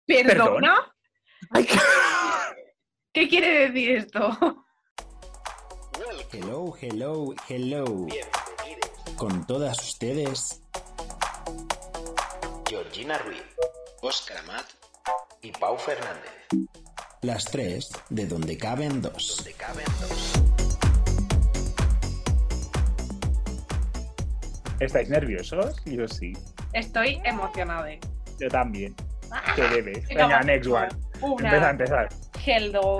¿Perdona? Ay, ¿Qué quiere decir esto? Hello, hello, hello. Con todas ustedes, Georgina Ruiz, Óscar Amat y Pau Fernández. las tres de donde caben dos. Donde caben dos. ¿Estáis nerviosos? Yo sí. Estoy emocionada. Yo también. ¿Qué debes? Venga, Venga, va. next one. Empezar. Hello.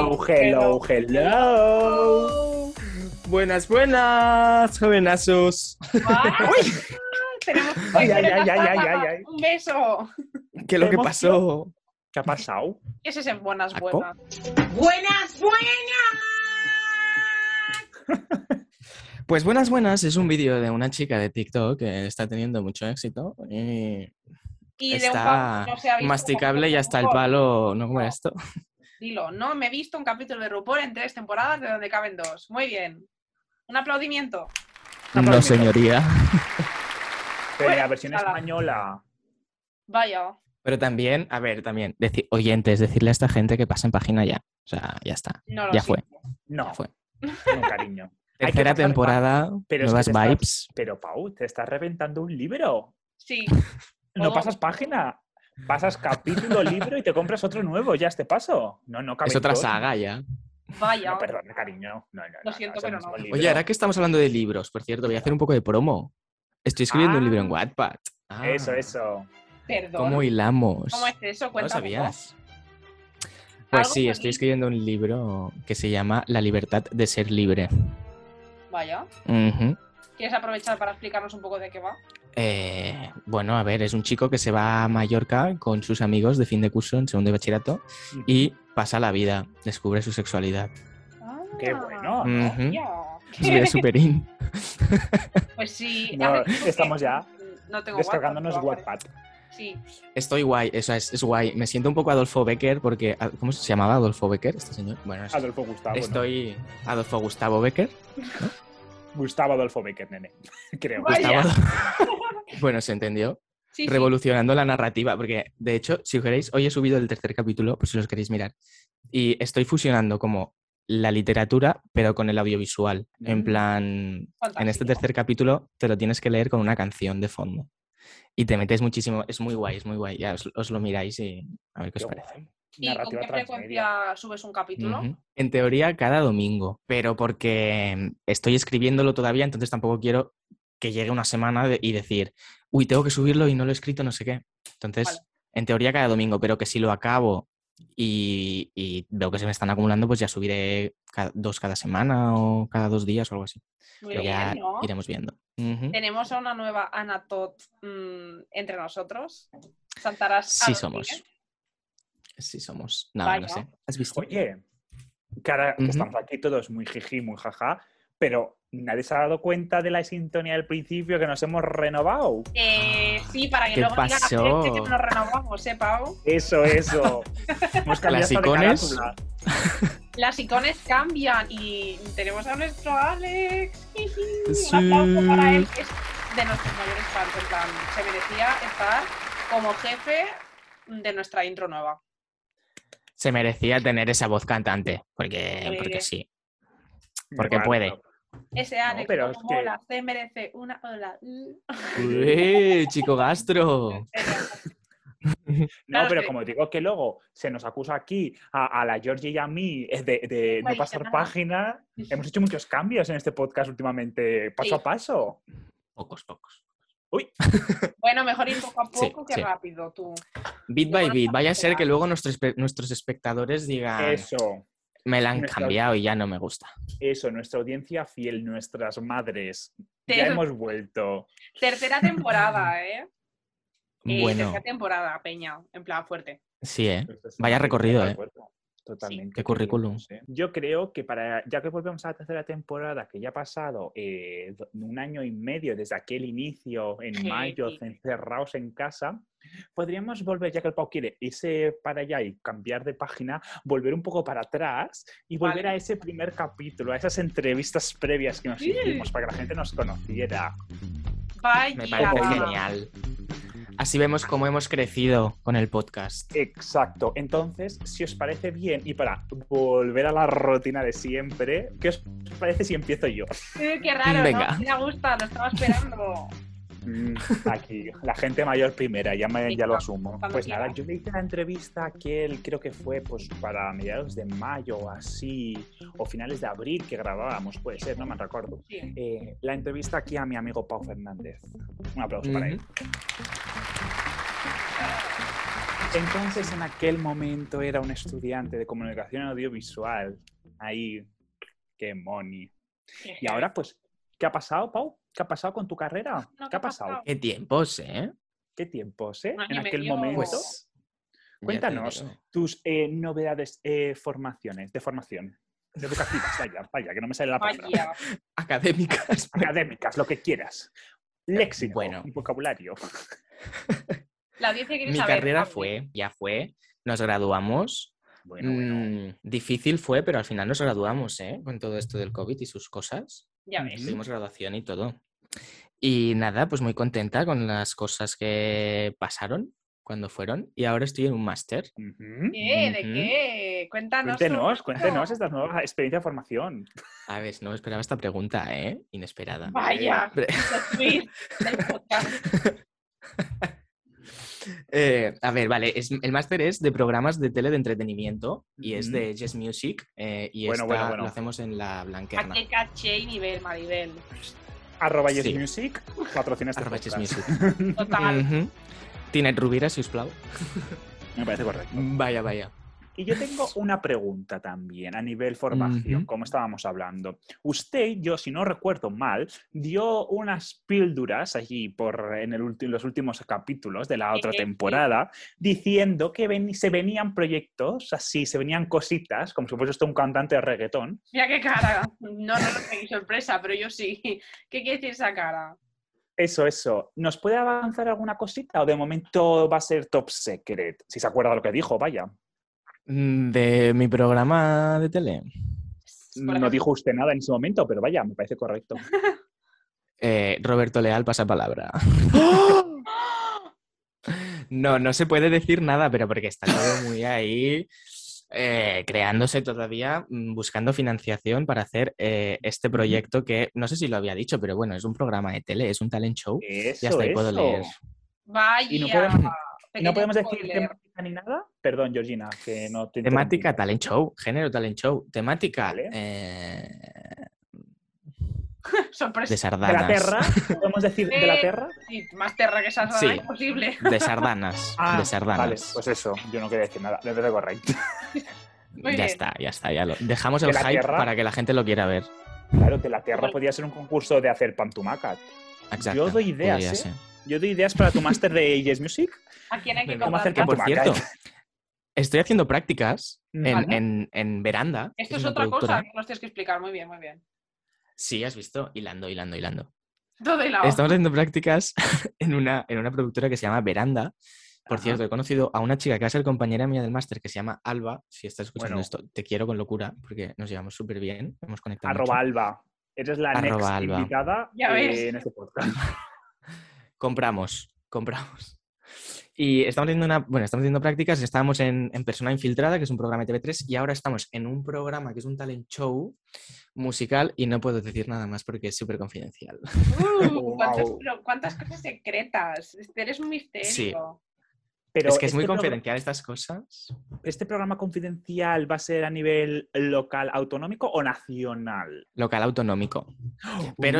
Hello. Buenas, jovenazos. ¡Uy! Tenemos Ay. un beso. ¿Qué es lo que emoción. pasó? ¿Qué ha pasado? ¿Qué es ese buenas, ¿Aco? buenas? Pues buenas, es un vídeo de una chica de TikTok que está teniendo mucho éxito y Y de un está pavo no se ha visto masticable y un hasta el RuPaul. palo, ¿no? ¿Cómo era esto? Dilo, no me he visto un capítulo de RuPaul en 3 temporadas de donde caben 2. Muy bien. Un aplaudimiento. No, señoría. Pero la Bueno, versión ala. española. Vaya. Pero también, a ver, oyentes, decirle a esta gente que pasen página ya. O sea, ya está. No lo Ya sé. fue. No, Ya fue. no, cariño. Hay que Tercera pasar temporada, pero es que nuevas te estás- vibes. Pero, Pau, te estás reventando un libro. Sí. No Todo. pasas página. Pasas capítulo, libro y te compras otro nuevo. Ya este paso. No caben Es otra dos. saga ya. Vaya. No, perdón, cariño. No, Lo siento, es el pero mismo no. libro. Oye, ahora que estamos hablando de libros, por cierto, voy a hacer un poco de promo. Estoy escribiendo un libro en Wattpad. Ah, Eso. Perdón. ¿Cómo hilamos? ¿Cómo es eso? ¿No lo Cuéntame. sabías? Pues ¿Algo sí, por estoy ahí? escribiendo un libro que se llama La libertad de ser libre. Vaya. Ujú. ¿Quieres aprovechar para explicarnos un poco de qué va? Bueno, a ver, es un chico que se va a Mallorca con sus amigos de fin de curso en segundo de bachillerato y pasa la vida, descubre su sexualidad. Qué bueno, ¿no? Ujú. Ya. Es vida superín. Pues sí. No, hace tiempo estamos que ya no tengo Descargándonos WhatsApp, Wattpad. Sí. Estoy guay, eso es guay. Me siento un poco Adolfo Becker porque... ¿Cómo se llamaba Adolfo Becker este señor? Bueno, no sé. Adolfo Gustavo. ¿no? Estoy Adolfo Gustavo Becker. Gustavo Adolfo Becker, nene. Creo. Vaya. Bueno, se entendió. Sí, sí. Revolucionando la narrativa, porque de hecho, si os queréis, hoy he subido el tercer capítulo, por si los queréis mirar, y estoy fusionando como la literatura, pero con el audiovisual. En plan, en este Fantástico. tercer capítulo te lo tienes que leer con una canción de fondo. Y te metes muchísimo, es muy guay. Ya os lo miráis y a ver qué os Qué parece. guay. ¿Y con Narrativa qué transmedia. frecuencia subes un capítulo? Ujú. En teoría, cada domingo, pero porque estoy escribiéndolo todavía, entonces tampoco quiero que llegue una semana y decir, uy, tengo que subirlo y no lo he escrito, no sé qué. Entonces, Vale. en teoría, cada domingo, pero que si lo acabo y veo que se me están acumulando, pues ya subiré dos cada semana o cada 2 días o algo así. Muy Pero bien, ya ¿no? iremos viendo. Ujú. Tenemos a una nueva Anatot entre nosotros. Saltarás a Sí los somos. pies. Sí somos. No, Vaya. no sé. ¿Has visto? Oye, cara, que Ujú. estamos aquí todos muy jiji, muy jaja, pero nadie se ha dado cuenta de la sintonía del principio que nos hemos renovado. Sí, para que ¿Qué luego diga la pasó? gente que nos renovamos, Pau? Eso. Hemos cambiado Las hasta de icones. carátula. Las icones cambian y tenemos a nuestro Alex. Sí. Un aplauso para él, que es de nuestros mayores fans. En plan, se merecía estar como jefe de nuestra intro nueva. Se merecía tener esa voz cantante, porque sí. Porque Claro, puede. no. Ese Alex, pero es como que- mola, se merece una ola. ¡Uy, chico gastro! No, Claro, pero es que- como digo que luego se nos acusa aquí a la Georgie y a mí de no pasar Traicionada. página, hemos hecho muchos cambios en este podcast últimamente, paso Sí. a paso. Pocos. Uy, Bueno, mejor ir poco a Sí, poco que sí. rápido, tú. Bit Luego by nos bit. vamos Vaya a a ser que pegar. luego nuestros espectadores digan, eso, me la han Nuestra- cambiado y ya no me gusta. nuestra audiencia fiel, nuestras madres. Te- Ya hemos vuelto. Tercera temporada, ¿eh? Bueno, Tercera temporada, Peña, en plan fuerte. sí, ¿eh? Esto es Vaya una recorrido, crítica al ¿eh? cuerpo. Totalmente. Qué currículum. Yo creo que ya que volvemos a la tercera temporada, que ya ha pasado 1 año y medio desde aquel inicio en Sí, mayo, sí. encerrados en casa, podríamos volver, ya que el Pau quiere irse para allá y cambiar de página, volver un poco para atrás y volver Vale. a ese primer capítulo, a esas entrevistas previas que nos hicimos para que la gente nos conociera. Vaya. Me parece Como genial. Así vemos cómo hemos crecido con el podcast. Exacto. Entonces, si os parece bien, y para volver a la rutina de siempre, ¿qué os parece si empiezo yo? Qué raro, Venga. ¿no? Me gusta, lo estaba esperando. Aquí, la gente mayor primera, ya lo asumo. Cuando Pues nada, quieras. yo le hice la entrevista a aquel, creo que fue pues para mediados de mayo o así, o finales de abril que grabábamos, puede ser, no me recuerdo. Sí. La entrevista aquí a mi amigo Pau Fernández. Un aplauso para él. Entonces, en aquel momento era un estudiante de comunicación audiovisual. Ahí, qué money. Y ahora, pues, ¿qué ha pasado, Pau? ¿Qué ha pasado con tu carrera? No, ¿Qué ha pasado? Qué tiempos, ¿eh? ¿Qué tiempos, eh? Un año En y aquel medio. momento. Pues, ya Cuéntanos te digo. tus novedades de formación, educativas, vaya, que no me sale la palabra. Vaya. Académicas. Académicas, lo que quieras. Léxico, Bueno. vocabulario. La audiencia quiere Mi saber. carrera Javi. ya fue, nos graduamos. Bueno. Difícil fue, pero al final nos graduamos, ¿eh? Con todo esto del COVID y sus cosas. Ya ves. Tuvimos graduación y todo. Y nada, pues muy contenta con las cosas que pasaron cuando fueron. Y ahora estoy en un máster. Ujú. ¿Qué? ¿De Ujú. qué? Cuéntanos. Cuéntenos esta nueva experiencia de formación. A ver, no esperaba esta pregunta, ¿eh? Inesperada. Vaya. Pero- Los tweets del podcast. A ver, vale, el máster es de programas de tele de entretenimiento y es Ujú. de Yes Music y Bueno. lo hacemos en la ¿A Blanquerna. qué caché y nivel, Maribel? @ Sí. YesMusic, patrocina este Arroba Yes podcast. Music. Total. Ujú. Tinet Rubira, si us plau. Me parece correcto. Vaya, vaya. Y yo tengo una pregunta también a nivel formación, Ujú. como estábamos hablando. Usted, yo si no recuerdo mal, dio unas píldoras allí en los últimos capítulos de la otra Sí. temporada, diciendo que se venían proyectos, así, se venían cositas, como si fuese usted un cantante de reggaetón. Mira qué cara. No tengo sorpresa, pero yo sí. ¿Qué quiere decir esa cara? Eso. ¿Nos puede avanzar alguna cosita o de momento va a ser top secret? Si se acuerda lo que dijo, vaya. De mi programa de tele. Por No ejemplo, dijo usted nada en ese momento, pero vaya, me parece correcto. Roberto Leal pasa palabra. ¡Ah! No se puede decir nada, pero porque está todo muy ahí creándose todavía, buscando financiación para hacer este proyecto que no sé si lo había dicho, pero bueno, es un programa de tele, es un talent show. Eso, Y hasta ahí puedo leer. Vaya. Y no podemos Pequeño decir spoiler. temática ni nada. Perdón, Georgina, que no te Temática, interrumpí. talent show, género talent show. Temática Vale. Sorpresa. de ¿De sardanas. la Terra? ¿Podemos decir de la Terra? Sí, más terra que esa Sí. imposible. De sardanas. de sardanas. Vale, pues eso, yo no quería decir nada. Le doy correcto. Muy Ya bien. está, ya lo dejamos De el la hype tierra. para que la gente lo quiera ver. Claro, de la Terra Bueno. podría ser un concurso de hacer pantumacat. Exacto. Yo doy ideas, podría ¿eh? ser. Yo doy ideas para tu máster de Yes Music. ¿A quién hay que Venga, ¿Cómo hacer Que contratar? por Pantumacat. cierto, estoy haciendo prácticas Vale. en Veranda. Esto que es una otra productora. cosa que nos tienes que explicar. Muy bien, muy bien. Sí, has visto. Hilando. Todo hilado. Estamos haciendo prácticas en una productora que se llama Veranda. Por Ajá. cierto, he conocido a una chica que va a ser compañera mía del máster que se llama Alba. Si estás escuchando Bueno. esto, te quiero con locura porque nos llevamos súper bien. Hemos conectado mucho. @Alba. Eres la Arroba next Alba. invitada Ya ves. en este podcast. Compramos. Y estamos haciendo prácticas, estábamos en Persona Infiltrada, que es un programa de TV3, y ahora estamos en un programa que es un talent show musical y no puedo decir nada más porque es súper confidencial. Wow. ¿Cuántas cosas secretas? Eres un misterio. Sí. Pero Es que es muy este confidencial estas cosas. ¿Este programa confidencial va a ser a nivel local, autonómico o nacional? Local autonómico. Pero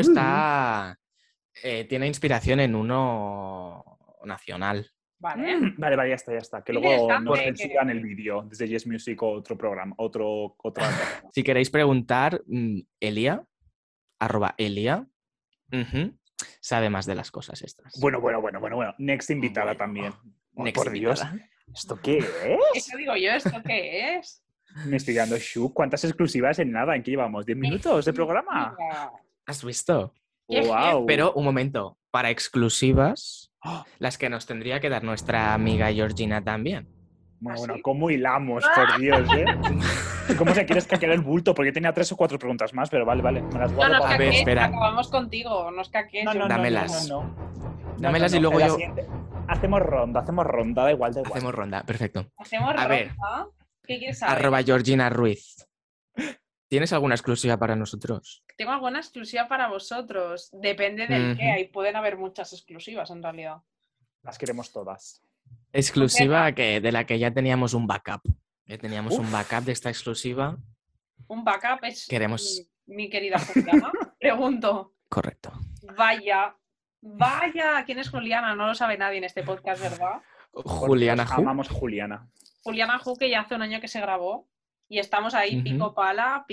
tiene inspiración en uno nacional. Vale. Vale, ya está. Que Qué luego interesante, nos que- censuran el vídeo desde Yes Music o otro programa, otra. Si queréis preguntar, Elia, @Elia, sabe más de las cosas estas. Bueno. Next invitada Bueno. también. Oh, Next por Dios, invitada. ¿esto qué es? Eso digo yo, ¿esto qué es? Me estoy dando shoot. ¿Cuántas exclusivas en nada? ¿En qué llevamos? ¿10 minutos de programa? ¿Has visto? Qué ¡Wow! Pero un momento, para exclusivas, ¡Oh! las que nos tendría que dar nuestra amiga Georgina también. Bueno, ¿cómo hilamos? Por Dios, ¿eh? ¿Cómo se quieres caquear el bulto? Porque tenía 3 o 4 preguntas más, pero vale, me las No guardo nos para... A ver, caques, espera. acabamos contigo, nos caques. No, Dámelas. no. Dámelas y luego En la yo- siguiente- Hacemos ronda, da igual. Hacemos ronda, perfecto. Hacemos A ver. ronda. ¿Qué quieres saber? Arroba Georgina Ruiz. ¿Tienes alguna exclusiva para nosotros? Tengo alguna exclusiva para vosotros. Depende del qué. Ahí pueden haber muchas exclusivas, en realidad. Las queremos todas. Exclusiva de la que ya teníamos un backup. Ya teníamos un backup de esta exclusiva. Un backup es Queremos... mi querida Juliana. Pregunto. Correcto. Vaya. ¿Quién es Juliana? No lo sabe nadie en este podcast, ¿verdad? Juliana Ju. Amamos a Juliana. Juliana Ju, que ya hace un año que se grabó. Y estamos ahí pico pala,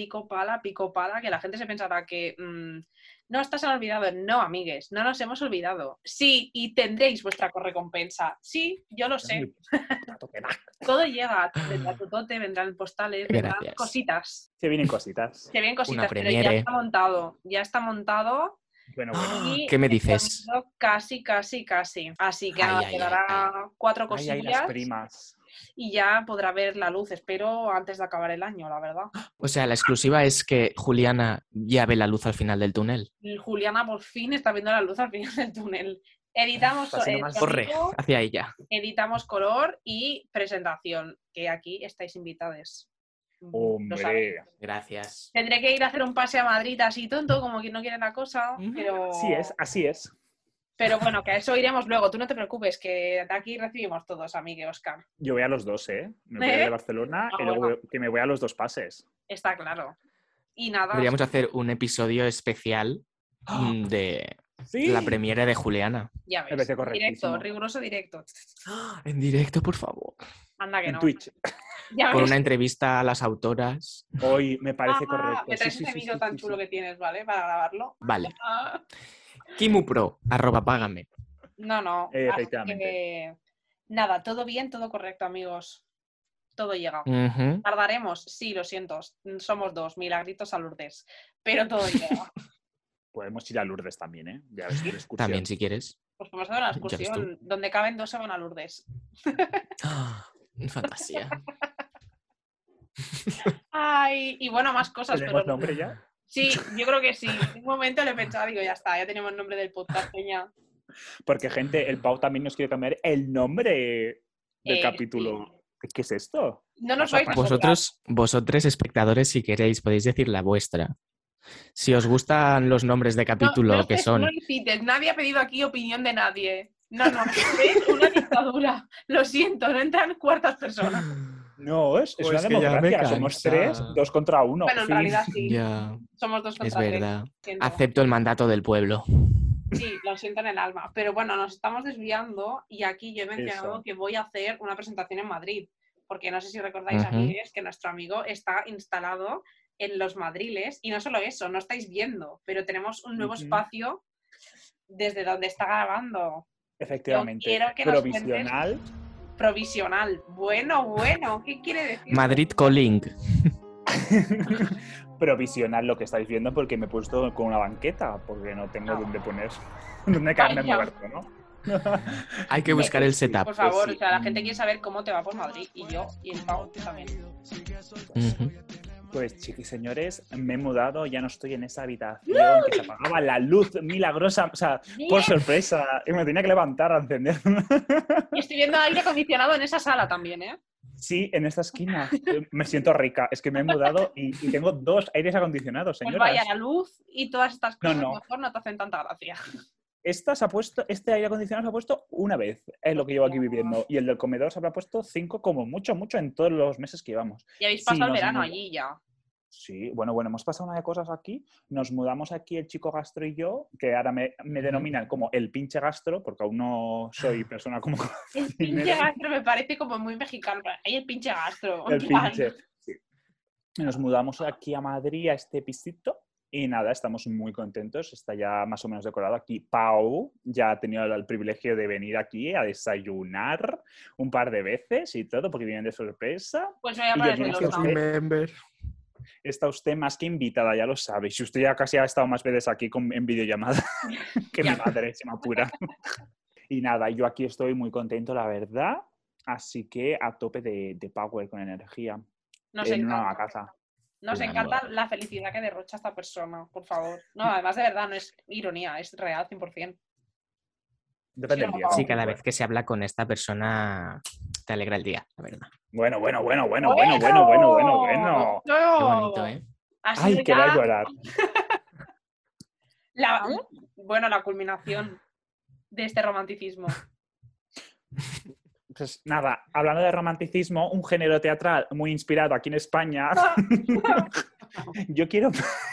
que la gente se pensará que no estás olvidado. No, amigues, no nos hemos olvidado. Sí, y tendréis vuestra recompensa. Sí, yo lo sé. Todo llega, vendrá tu tote, vendrán postales, vendrán cositas. Se vienen cositas. Se vienen cositas, Una pero premiere. ya está montado. Bueno. Y ¿Qué me dices? Casi. Así que nada, quedará 4 cosillas. Las primas. Y ya podrá ver la luz, espero, antes de acabar el año, la verdad. O sea, la exclusiva es que Juliana ya ve la luz al final del túnel. Juliana por fin está viendo la luz al final del túnel. Editamos Corre hacia ella. Editamos color y presentación, que aquí estáis invitados. Hombre. Gracias. Tendré que ir a hacer un pase a Madrid así tonto, como quien no quiere la cosa, pero... Así es. Pero bueno, que a eso iremos luego. Tú no te preocupes, que de aquí recibimos todos, amigo Oscar. Yo voy a los dos, ¿eh? Me voy de Barcelona y luego que me voy a los 2 pases. Está claro. Y nada. Podríamos hacer un episodio especial de la premiere de Juliana. Ya ves. Directo, riguroso directo. En directo, por favor. Anda que en no. Twitch. Con una entrevista a las autoras. Hoy me parece correcto. Me traes ese micro tan chulo que tienes, ¿vale? Para grabarlo. Vale. KimuPro, @págame. No. Efectivamente. Nada, todo bien, todo correcto, amigos. Todo llega. Tardaremos, sí, lo siento. Somos 2, Milagritos a Lourdes. Pero todo llega. Podemos ir a Lourdes también, ¿eh? Ya ves, excursión. También, si quieres. Pues podemos hacer una excursión. Donde caben 2 se van a Lourdes. Fantasía. Ay, y bueno, más cosas. ¿Tenemos nombre ya? Sí, yo creo que sí. En un momento le he pensado, digo, ya está, ya tenemos el nombre del podcast, peña. Porque, gente, el Pau también nos quiere cambiar el nombre del capítulo. Sí. ¿Qué es esto? No nos vais a Vosotros, espectadores, si queréis, podéis decir la vuestra. Si os gustan los nombres de capítulo que son... No incites, nadie ha pedido aquí opinión de nadie. No, es una dictadura. Lo siento, no entran cuartas personas. No, es una democracia. Somos 3, 2 contra 1. Bueno, en realidad sí. Ya. Somos 2 contra 3. Es verdad. Acepto el mandato del pueblo. Sí, lo siento en el alma. Pero bueno, nos estamos desviando y aquí yo he mencionado que voy a hacer una presentación en Madrid. Porque no sé si recordáis, amigues, que nuestro amigo está instalado en Los Madriles. Y no solo eso, no estáis viendo, pero tenemos un nuevo espacio desde donde está grabando. Efectivamente. Yo quiero que provisional. Provisional. Bueno. ¿Qué quiere decir? Madrid Calling. Provisional lo que estáis viendo porque me he puesto con una banqueta porque no tengo dónde poner, dónde caerme muerto, ¿no? Hay que buscar el setup. Por favor, pues sí. O sea, la gente quiere saber cómo te va por Madrid y yo y el Pau también. Pues, chiquis señores, me he mudado, ya no estoy en esa habitación que se apagaba la luz milagrosa, o sea, por sorpresa, y me tenía que levantar a encender. Y estoy viendo aire acondicionado en esa sala también, ¿eh? Sí, en esta esquina. Me siento rica. Es que me he mudado y tengo 2 aires acondicionados, señoras. Pues vaya, la luz y todas estas cosas no. mejor no te hacen tanta gracia. Este aire acondicionado se ha puesto una vez, es lo que llevo aquí viviendo. Y el del comedor se habrá puesto 5 como mucho en todos los meses que llevamos. Y habéis pasado el verano allí ya. Sí, bueno, hemos pasado una de cosas aquí. Nos mudamos aquí el chico gastro y yo, que ahora me denominan como el pinche gastro, porque aún no soy persona como... El pinche gastro me parece como muy mexicano. Hay el pinche gastro. El pinche, sí. Nos mudamos aquí a Madrid, a este pisito. Y nada, estamos muy contentos, está ya más o menos decorado aquí. Pau ya ha tenido el privilegio de venir aquí a desayunar un par de veces y todo, porque vienen de sorpresa. Pues me voy a poner el Está usted más que invitada, ya lo sabe. Si usted ya casi ha estado más veces aquí en videollamada que mi madre, se me apura. Y nada, yo aquí estoy muy contento, la verdad. Así que a tope de power, con energía. En una nueva casa. Nos encanta la felicidad que derrocha esta persona, por favor. No, además de verdad, no es ironía, es real 100%. Depende del día. Sí, cada vez que se habla con esta persona te alegra el día, la verdad. Bueno. ¡Bueno! Qué bonito, ¿eh? Ha sido Ay, que va a llorar. la culminación de este romanticismo. Pues nada, hablando de romanticismo, un género teatral muy inspirado aquí en España. Yo quiero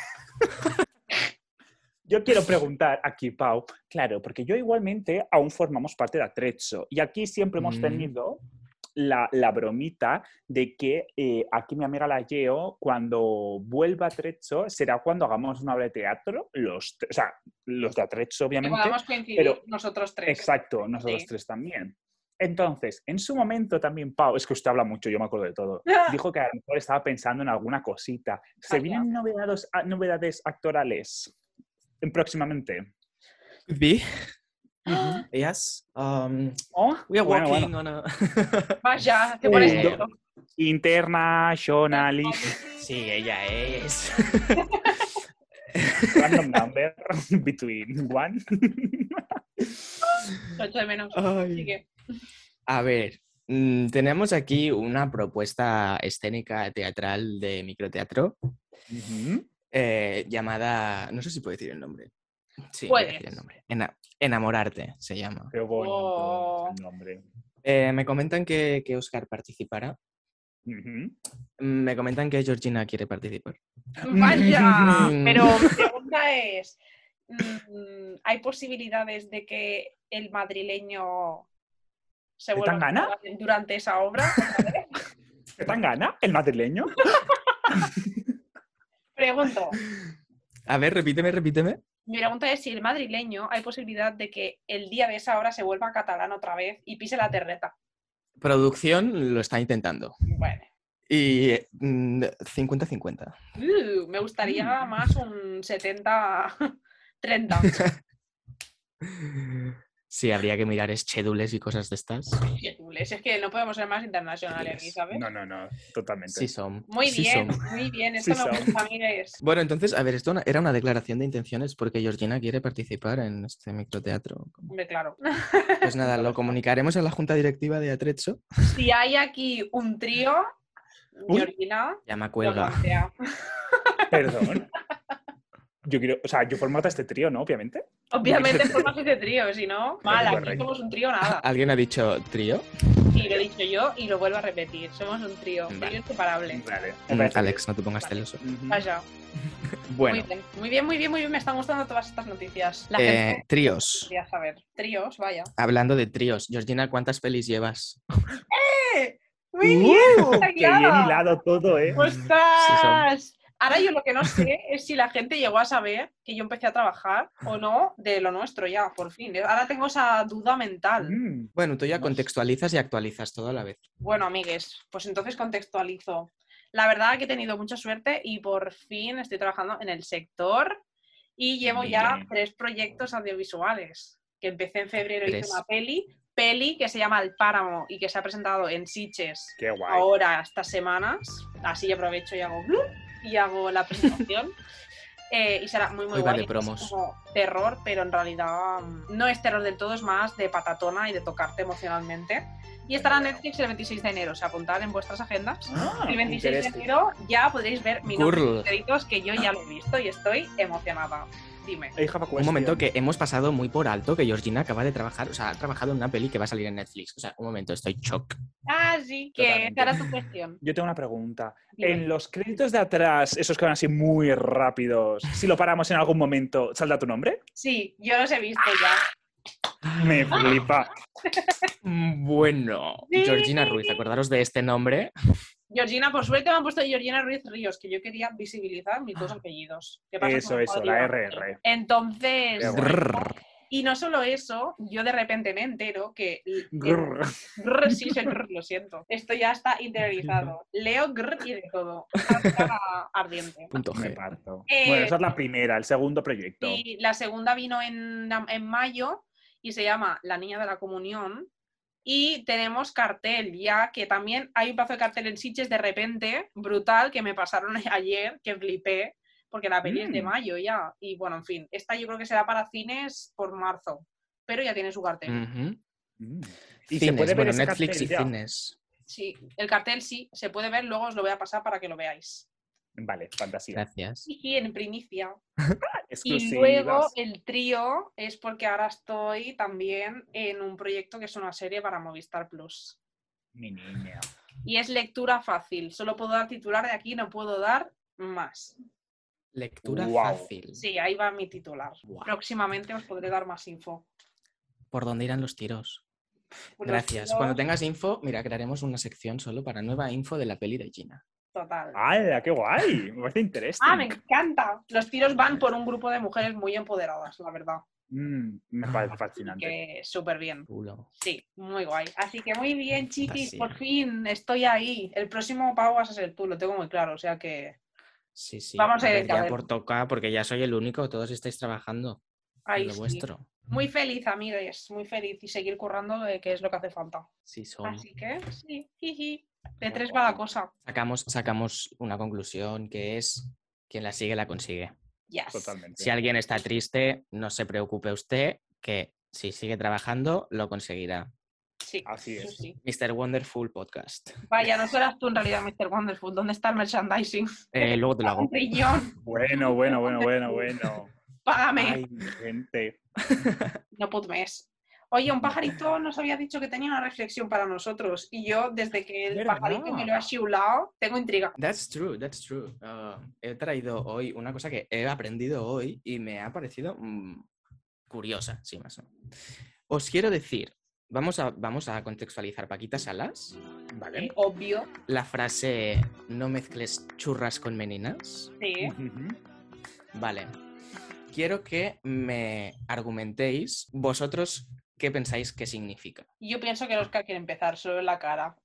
preguntar aquí, Pau, claro, porque yo igualmente aún formamos parte de Atrezzo y aquí siempre hemos tenido la bromita de que aquí mi amiga la Yeo, cuando vuelva a Atrezzo, será cuando hagamos una obra de teatro, los de Atrezzo, obviamente. Que podamos coincidir pero, nosotros tres. Exacto, nosotros tres también. Entonces, en su momento también, Pau, es que usted habla mucho, yo me acuerdo de todo, dijo que a lo mejor estaba pensando en alguna cosita. ¿Se vienen novedades actorales próximamente? ¿Vi? Yes. We are working on a... Vaya, ¿qué pones esto? International. Sí, ella es. Random number between one. Lo echo de menos. Ay. A ver, tenemos aquí una propuesta escénica teatral de microteatro llamada... No sé si puedo decir el nombre. Sí, voy a decir el nombre. Enamorarte se llama. Qué bonito el nombre. Me comentan que Óscar participará. Me comentan que Georgina quiere participar. Vaya, pero mi pregunta es, ¿hay posibilidades de que el madrileño se vuelva a durante esa obra? ¿Qué tan gana el madrileño? Pregunto. A ver, repíteme. Mi pregunta es si el madrileño hay posibilidad de que el día de esa obra se vuelva catalán otra vez y pise la terreta. Producción lo está intentando. Bueno. Y 50-50. Me gustaría más un 70-30. Sí, habría que mirar schedules y cosas de estas. Schedules, es que no podemos ser más internacionales aquí, ¿sabes? No, totalmente. Sí son. Muy bien, esto me gusta, amigues. Bueno, entonces, a ver, esto era una declaración de intenciones porque Georgina quiere participar en este microteatro. Hombre, claro. Pues nada, lo comunicaremos a la junta directiva de Atrezzo. Si hay aquí un trío, Georgina... Ya me cuelga. Perdón. Yo formo parte de este trío, ¿no? Obviamente. Obviamente formas este trío, si no, mal, aquí somos un trío nada. ¿Alguien ha dicho trío? Sí, lo he dicho yo y lo vuelvo a repetir. Somos un trío, trío inseparable. Vale. Alex, no te pongas celoso. Vaya. Bueno. Muy bien. Me están gustando todas estas noticias. La gente tríos. Quería saber. Tríos, vaya. Hablando de tríos, Georgina, ¿cuántas pelis llevas? Muy bien, qué bien hilado todo, ¿eh? ¡Ostras! Ahora yo lo que no sé es si la gente llegó a saber que yo empecé a trabajar o no de lo nuestro ya, por fin. Ahora tengo esa duda mental. Bueno, tú ya contextualizas y actualizas todo a la vez. Bueno, amigues, pues entonces contextualizo. La verdad que he tenido mucha suerte y por fin estoy trabajando en el sector y llevo ya 3 proyectos audiovisuales. Que empecé en febrero, hice una peli que se llama El Páramo y que se ha presentado en Sitges ahora estas semanas. Así aprovecho y hago la presentación. Y será muy guay. Vale, promos. Es como terror, pero en realidad no es terror del todo, es más de patatona y de tocarte emocionalmente. Y estará en Netflix el 26 de enero, o sea, apuntad en vuestras agendas. El 26 de enero ya podréis ver mi nombre créditos, que yo ya lo he visto y estoy emocionada. Dime. Un momento, que hemos pasado muy por alto que Georgina acaba de trabajar, o sea, ha trabajado en una peli que va a salir en Netflix. O sea, un momento, estoy shock. Ah, sí, que será tu cuestión. Yo tengo una pregunta. Dime. En los créditos de atrás, esos que van así muy rápidos, si lo paramos en algún momento, ¿saldrá tu nombre? Sí, yo los he visto ya. Me flipa. Bueno, Sí. Georgina Ruiz, acordaros de este nombre. Georgina, por suerte me han puesto Georgina Ruiz Ríos, que yo quería visibilizar mis 2 apellidos. ¿Qué pasa Eso, la RR. Entonces, y no solo eso, yo de repente me entero que... sí, lo siento. Esto ya está interiorizado. Leo y de todo. Ardiente. Me parto. Bueno, esa es la primera, el segundo proyecto. Y la segunda vino en mayo y se llama La Niña de la Comunión. Y tenemos cartel ya, que también hay un pedazo de cartel en Sitges de repente, brutal, que me pasaron ayer, que flipé, porque la peli es de mayo ya. Y bueno, en fin, esta yo creo que será para cines por marzo. pero ya tiene su cartel. Ujú. Y se Cines, puede ver bueno, ese Netflix cartel y ya. cines. Sí, el cartel sí, se puede ver, luego os lo voy a pasar para que lo veáis. Vale, fantasía. Gracias. Y en primicia. Y Exclusivas. luego el trío es porque ahora estoy también en un proyecto que es una serie para Movistar Plus. Mi niña. Y es lectura fácil. Solo puedo dar titular de aquí, no puedo dar más. Lectura Guau. fácil. Sí, ahí va mi titular. Guau. Próximamente os podré dar más info. ¿Por dónde irán los tiros? Los Gracias. tiros, Cuando tengas info, mira, crearemos una sección solo para nueva info de la peli de Gina. Total. ¡Hala, qué guay! Me parece interesante. ¡Ah, me encanta! Los tiros van por un grupo de mujeres muy empoderadas, la verdad. Me parece fascinante. Que súper bien. Culo. Sí, muy guay. Así que muy bien, chiquis, Fantasía. por fin estoy ahí. El próximo Pau vas a ser tú, lo tengo muy claro. O sea que Sí, sí. Vamos a ir ver, en ya cadena. por toca, porque ya soy el único, todos estáis trabajando en ahí lo sí. vuestro. Muy feliz, amigues, muy feliz. Y seguir currando, que es lo que hace falta. Sí, son. Así que sí, jiji. De tres va la cosa. Sacamos una conclusión que es quien la sigue la consigue. Yes. Totalmente. Si alguien está triste, no se preocupe usted, que si sigue trabajando, lo conseguirá. Sí, Así eso es. sí. Mr. Wonderful Podcast. Vaya, no serás tú en realidad, Mr. Wonderful. ¿Dónde está el merchandising? Luego te lo hago. Un riñón. Bueno. Págame. Ay, mi gente. No put mes. Oye, un pajarito nos había dicho que tenía una reflexión para nosotros y yo, desde que el ¿Verdad? pajarito me lo ha chiulado, tengo intriga. That's true. He traído hoy una cosa que he aprendido hoy y me ha parecido curiosa, sí, más o menos. Os quiero decir, vamos a contextualizar Paquita Salas, ¿vale? Obvio. La frase no mezcles churras con meninas. Sí. Vale. Quiero que me argumentéis vosotros qué pensáis que significa. Yo pienso que el Oscar quiere empezar solo en la cara.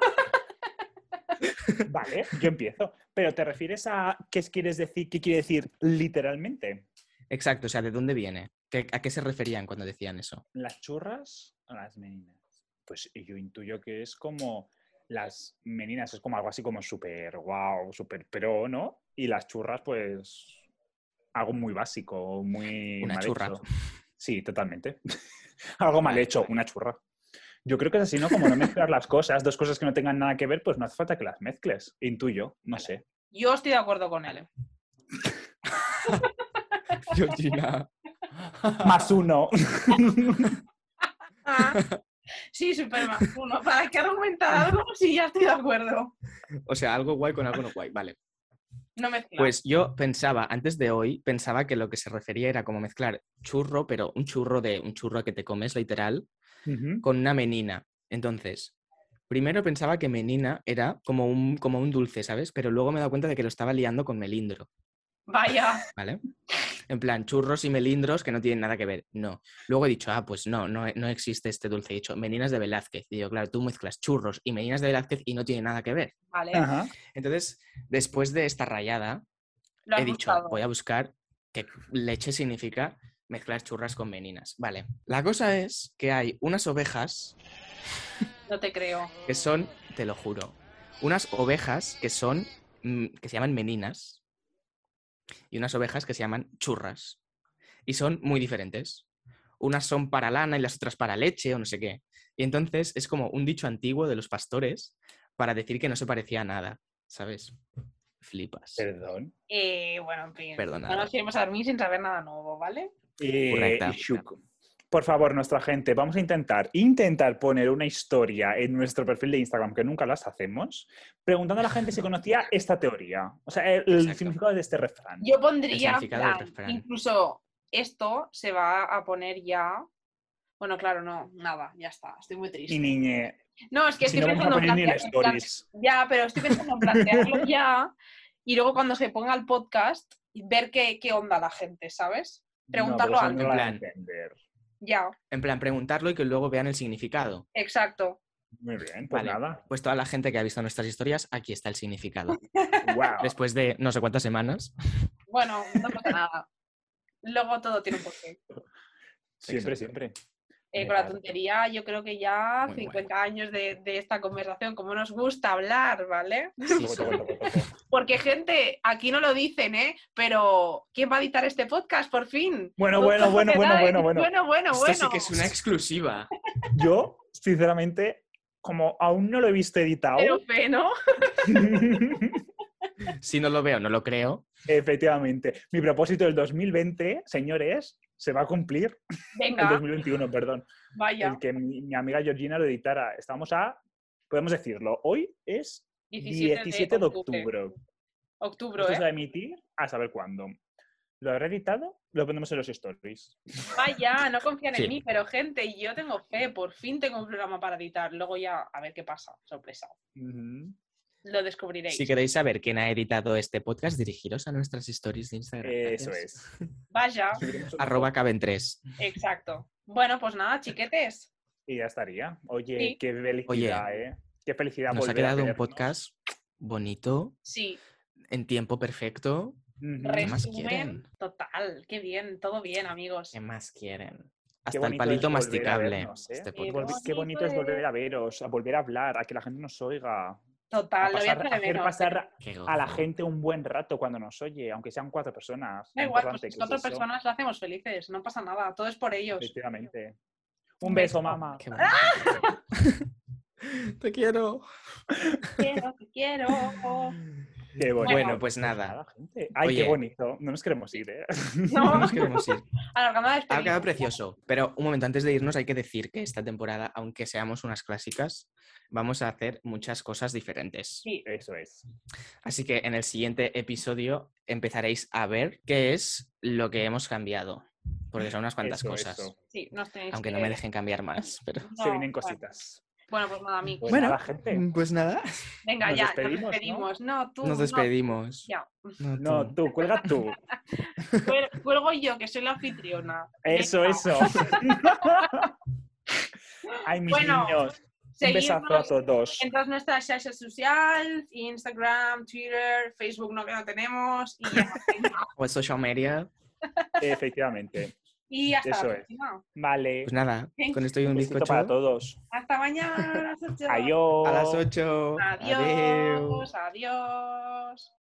Vale, yo empiezo. Pero ¿te refieres a qué quieres decir? ¿Qué quiere decir literalmente? Exacto, o sea, ¿de dónde viene? ¿A qué se referían cuando decían eso? ¿Las churras o las meninas? Pues yo intuyo que es como las meninas, es como algo así como súper guau, súper pro, ¿no? Y las churras, pues algo muy básico, muy Una mal churra. hecho. Sí, totalmente. Algo mal hecho, una churra. Yo creo que es así, ¿no? Como no mezclar las cosas, dos cosas que no tengan nada que ver, pues no hace falta que las mezcles. Intuyo, no sé. Yo estoy de acuerdo con él. Georgina. +1. Sí, súper más uno. ¿Para qué argumentar algo si ya estoy de acuerdo? O sea, algo guay con algo no guay, vale. No mezclar. Pues yo pensaba, antes de hoy, pensaba que lo que se refería era como mezclar churro, pero un churro que te comes literal, con una menina. Entonces, primero pensaba que menina era como un dulce, ¿sabes? Pero luego me he dado cuenta de que lo estaba liando con melindro, Vaya. ¿vale? En plan, churros y melindros que no tienen nada que ver. No. Luego he dicho, pues no existe este dulce. He dicho, meninas de Velázquez. Y digo, claro, tú mezclas churros y meninas de Velázquez y no tiene nada que ver. Vale. Ajá. Entonces, después de esta rayada, Lo has he dicho, buscado. voy a buscar qué leche significa mezclar churras con meninas. Vale. La cosa es que hay unas ovejas No te creo. que son, te lo juro, unas ovejas que son, que se llaman meninas y unas ovejas que se llaman churras. Y son muy diferentes. Unas son para lana y las otras para leche o no sé qué. Y entonces es como un dicho antiguo de los pastores para decir que no se parecía a nada, ¿sabes? Flipas. Perdón. Bueno, en fin. Perdonad. No nos iremos a dormir sin saber nada nuevo, ¿vale? Correcta. Shuk, por favor, nuestra gente, vamos a intentar poner una historia en nuestro perfil de Instagram, que nunca las hacemos, preguntando a la gente si conocía esta teoría. O sea, el Exacto. significado de este refrán. Yo El pondría, significado del refrán. incluso esto se va a poner ya. Bueno, claro, no, nada, ya está. Estoy muy triste. Y niñe, No, es que si estoy no vamos a pensando en poner ni en plantear- en plan- stories. Ya, pero estoy pensando en plantearlo ya y luego cuando se ponga el podcast, ver qué onda la gente, ¿sabes? Preguntarlo no, pero eso antes. no lo van a En plan. entender. Ya, En plan, preguntarlo y que luego vean el significado. exacto. Muy bien, pues Vale. nada. Pues toda la gente que ha visto nuestras historias, aquí está el significado. Wow. Después de no sé cuántas semanas. Bueno, no pasa nada. Luego todo tiene un porqué. Siempre, Exacto. siempre. Con la tontería, yo creo que ya Muy 50 años de esta conversación, como nos gusta hablar, ¿vale? Sí, Toco. Porque, gente, aquí no lo dicen, ¿eh? Pero, ¿quién va a editar este podcast, por fin? Bueno. Esto sí que es una exclusiva. Yo, sinceramente, como aún no lo he visto editado, Pero fe, ¿no? Si no lo veo, no lo creo. efectivamente, mi propósito del 2020, señores, se va a cumplir. El Venga, 2021, perdón. vaya. El que mi amiga Georgina lo editara. Podemos decirlo, hoy es 17 de octubre. Octubre, Esto se va ¿eh? a emitir a saber cuándo. Lo habré editado, lo ponemos en los stories. Vaya, no confían Sí. en mí, pero, gente, yo tengo fe. Por fin tengo un programa para editar. Luego ya, a ver qué pasa. Sorpresa. Ujú. Lo descubriréis. Si queréis saber quién ha editado este podcast, dirigiros a nuestras stories de Instagram. Eso Gracias. es. Vaya, @caben3. exacto. Bueno, pues nada, chiquetes. Y ya estaría. Oye, Sí. qué felicidad, ¿eh? Qué felicidad Nos ha volver a quedado un vernos. podcast bonito, Sí, en tiempo perfecto. Ujú. ¿Qué más resumen quieren? total. Qué bien, todo bien, amigos. ¿Qué más quieren? Qué Hasta el bonito palito es volver a masticable. vernos, ¿eh? Este Qué podcast. Qué bonito es volver a veros, a volver a hablar, a que la gente nos oiga. Total, lo voy a hacer de Hacer menos. pasar Qué a la gozo. gente un buen rato cuando nos oye, aunque sean 4 personas. Da Lo igual, pues importante si que es 4 eso. personas lo hacemos felices, no pasa nada, todo es por ellos. Efectivamente. Un Un beso, beso. mamá. Qué bonito. Te quiero. Te quiero. Qué bonito. Bueno, pues nada. Gente. Ay, Oye. qué bonito. No nos queremos ir, ¿eh? No nos queremos ir. Alargando la Ha despedida. quedado precioso. Pero un momento, antes de irnos hay que decir que esta temporada, aunque seamos unas clásicas, vamos a hacer muchas cosas diferentes. Sí, Eso es. Así que en el siguiente episodio empezaréis a ver qué es lo que hemos cambiado. Porque son unas cuantas Eso, cosas. eso. sí, nos tenéis Aunque que... no me dejen cambiar más. Pero... No, Se vienen bueno. cositas. Bueno, pues nada, amigos. Pues nada, gente. pues nada. Venga, nos ya, despedimos, nos despedimos. No, tú. Nos no, despedimos. ya. No, tú, cuelga tú. Cuelgo yo, que soy la anfitriona. Eso, Venga. eso. Ay, mis Bueno, niños. Un besazo a seguidnos todos. en todas nuestras redes sociales, Instagram, Twitter, Facebook no, que no tenemos. Y, ya, venga. O el social media. Efectivamente. Y hasta Eso la es. próxima. Vale. Pues nada, con esto y un Un besito bizcocho. para todos. Hasta mañana. Adiós. A las 8. Adiós. Adiós.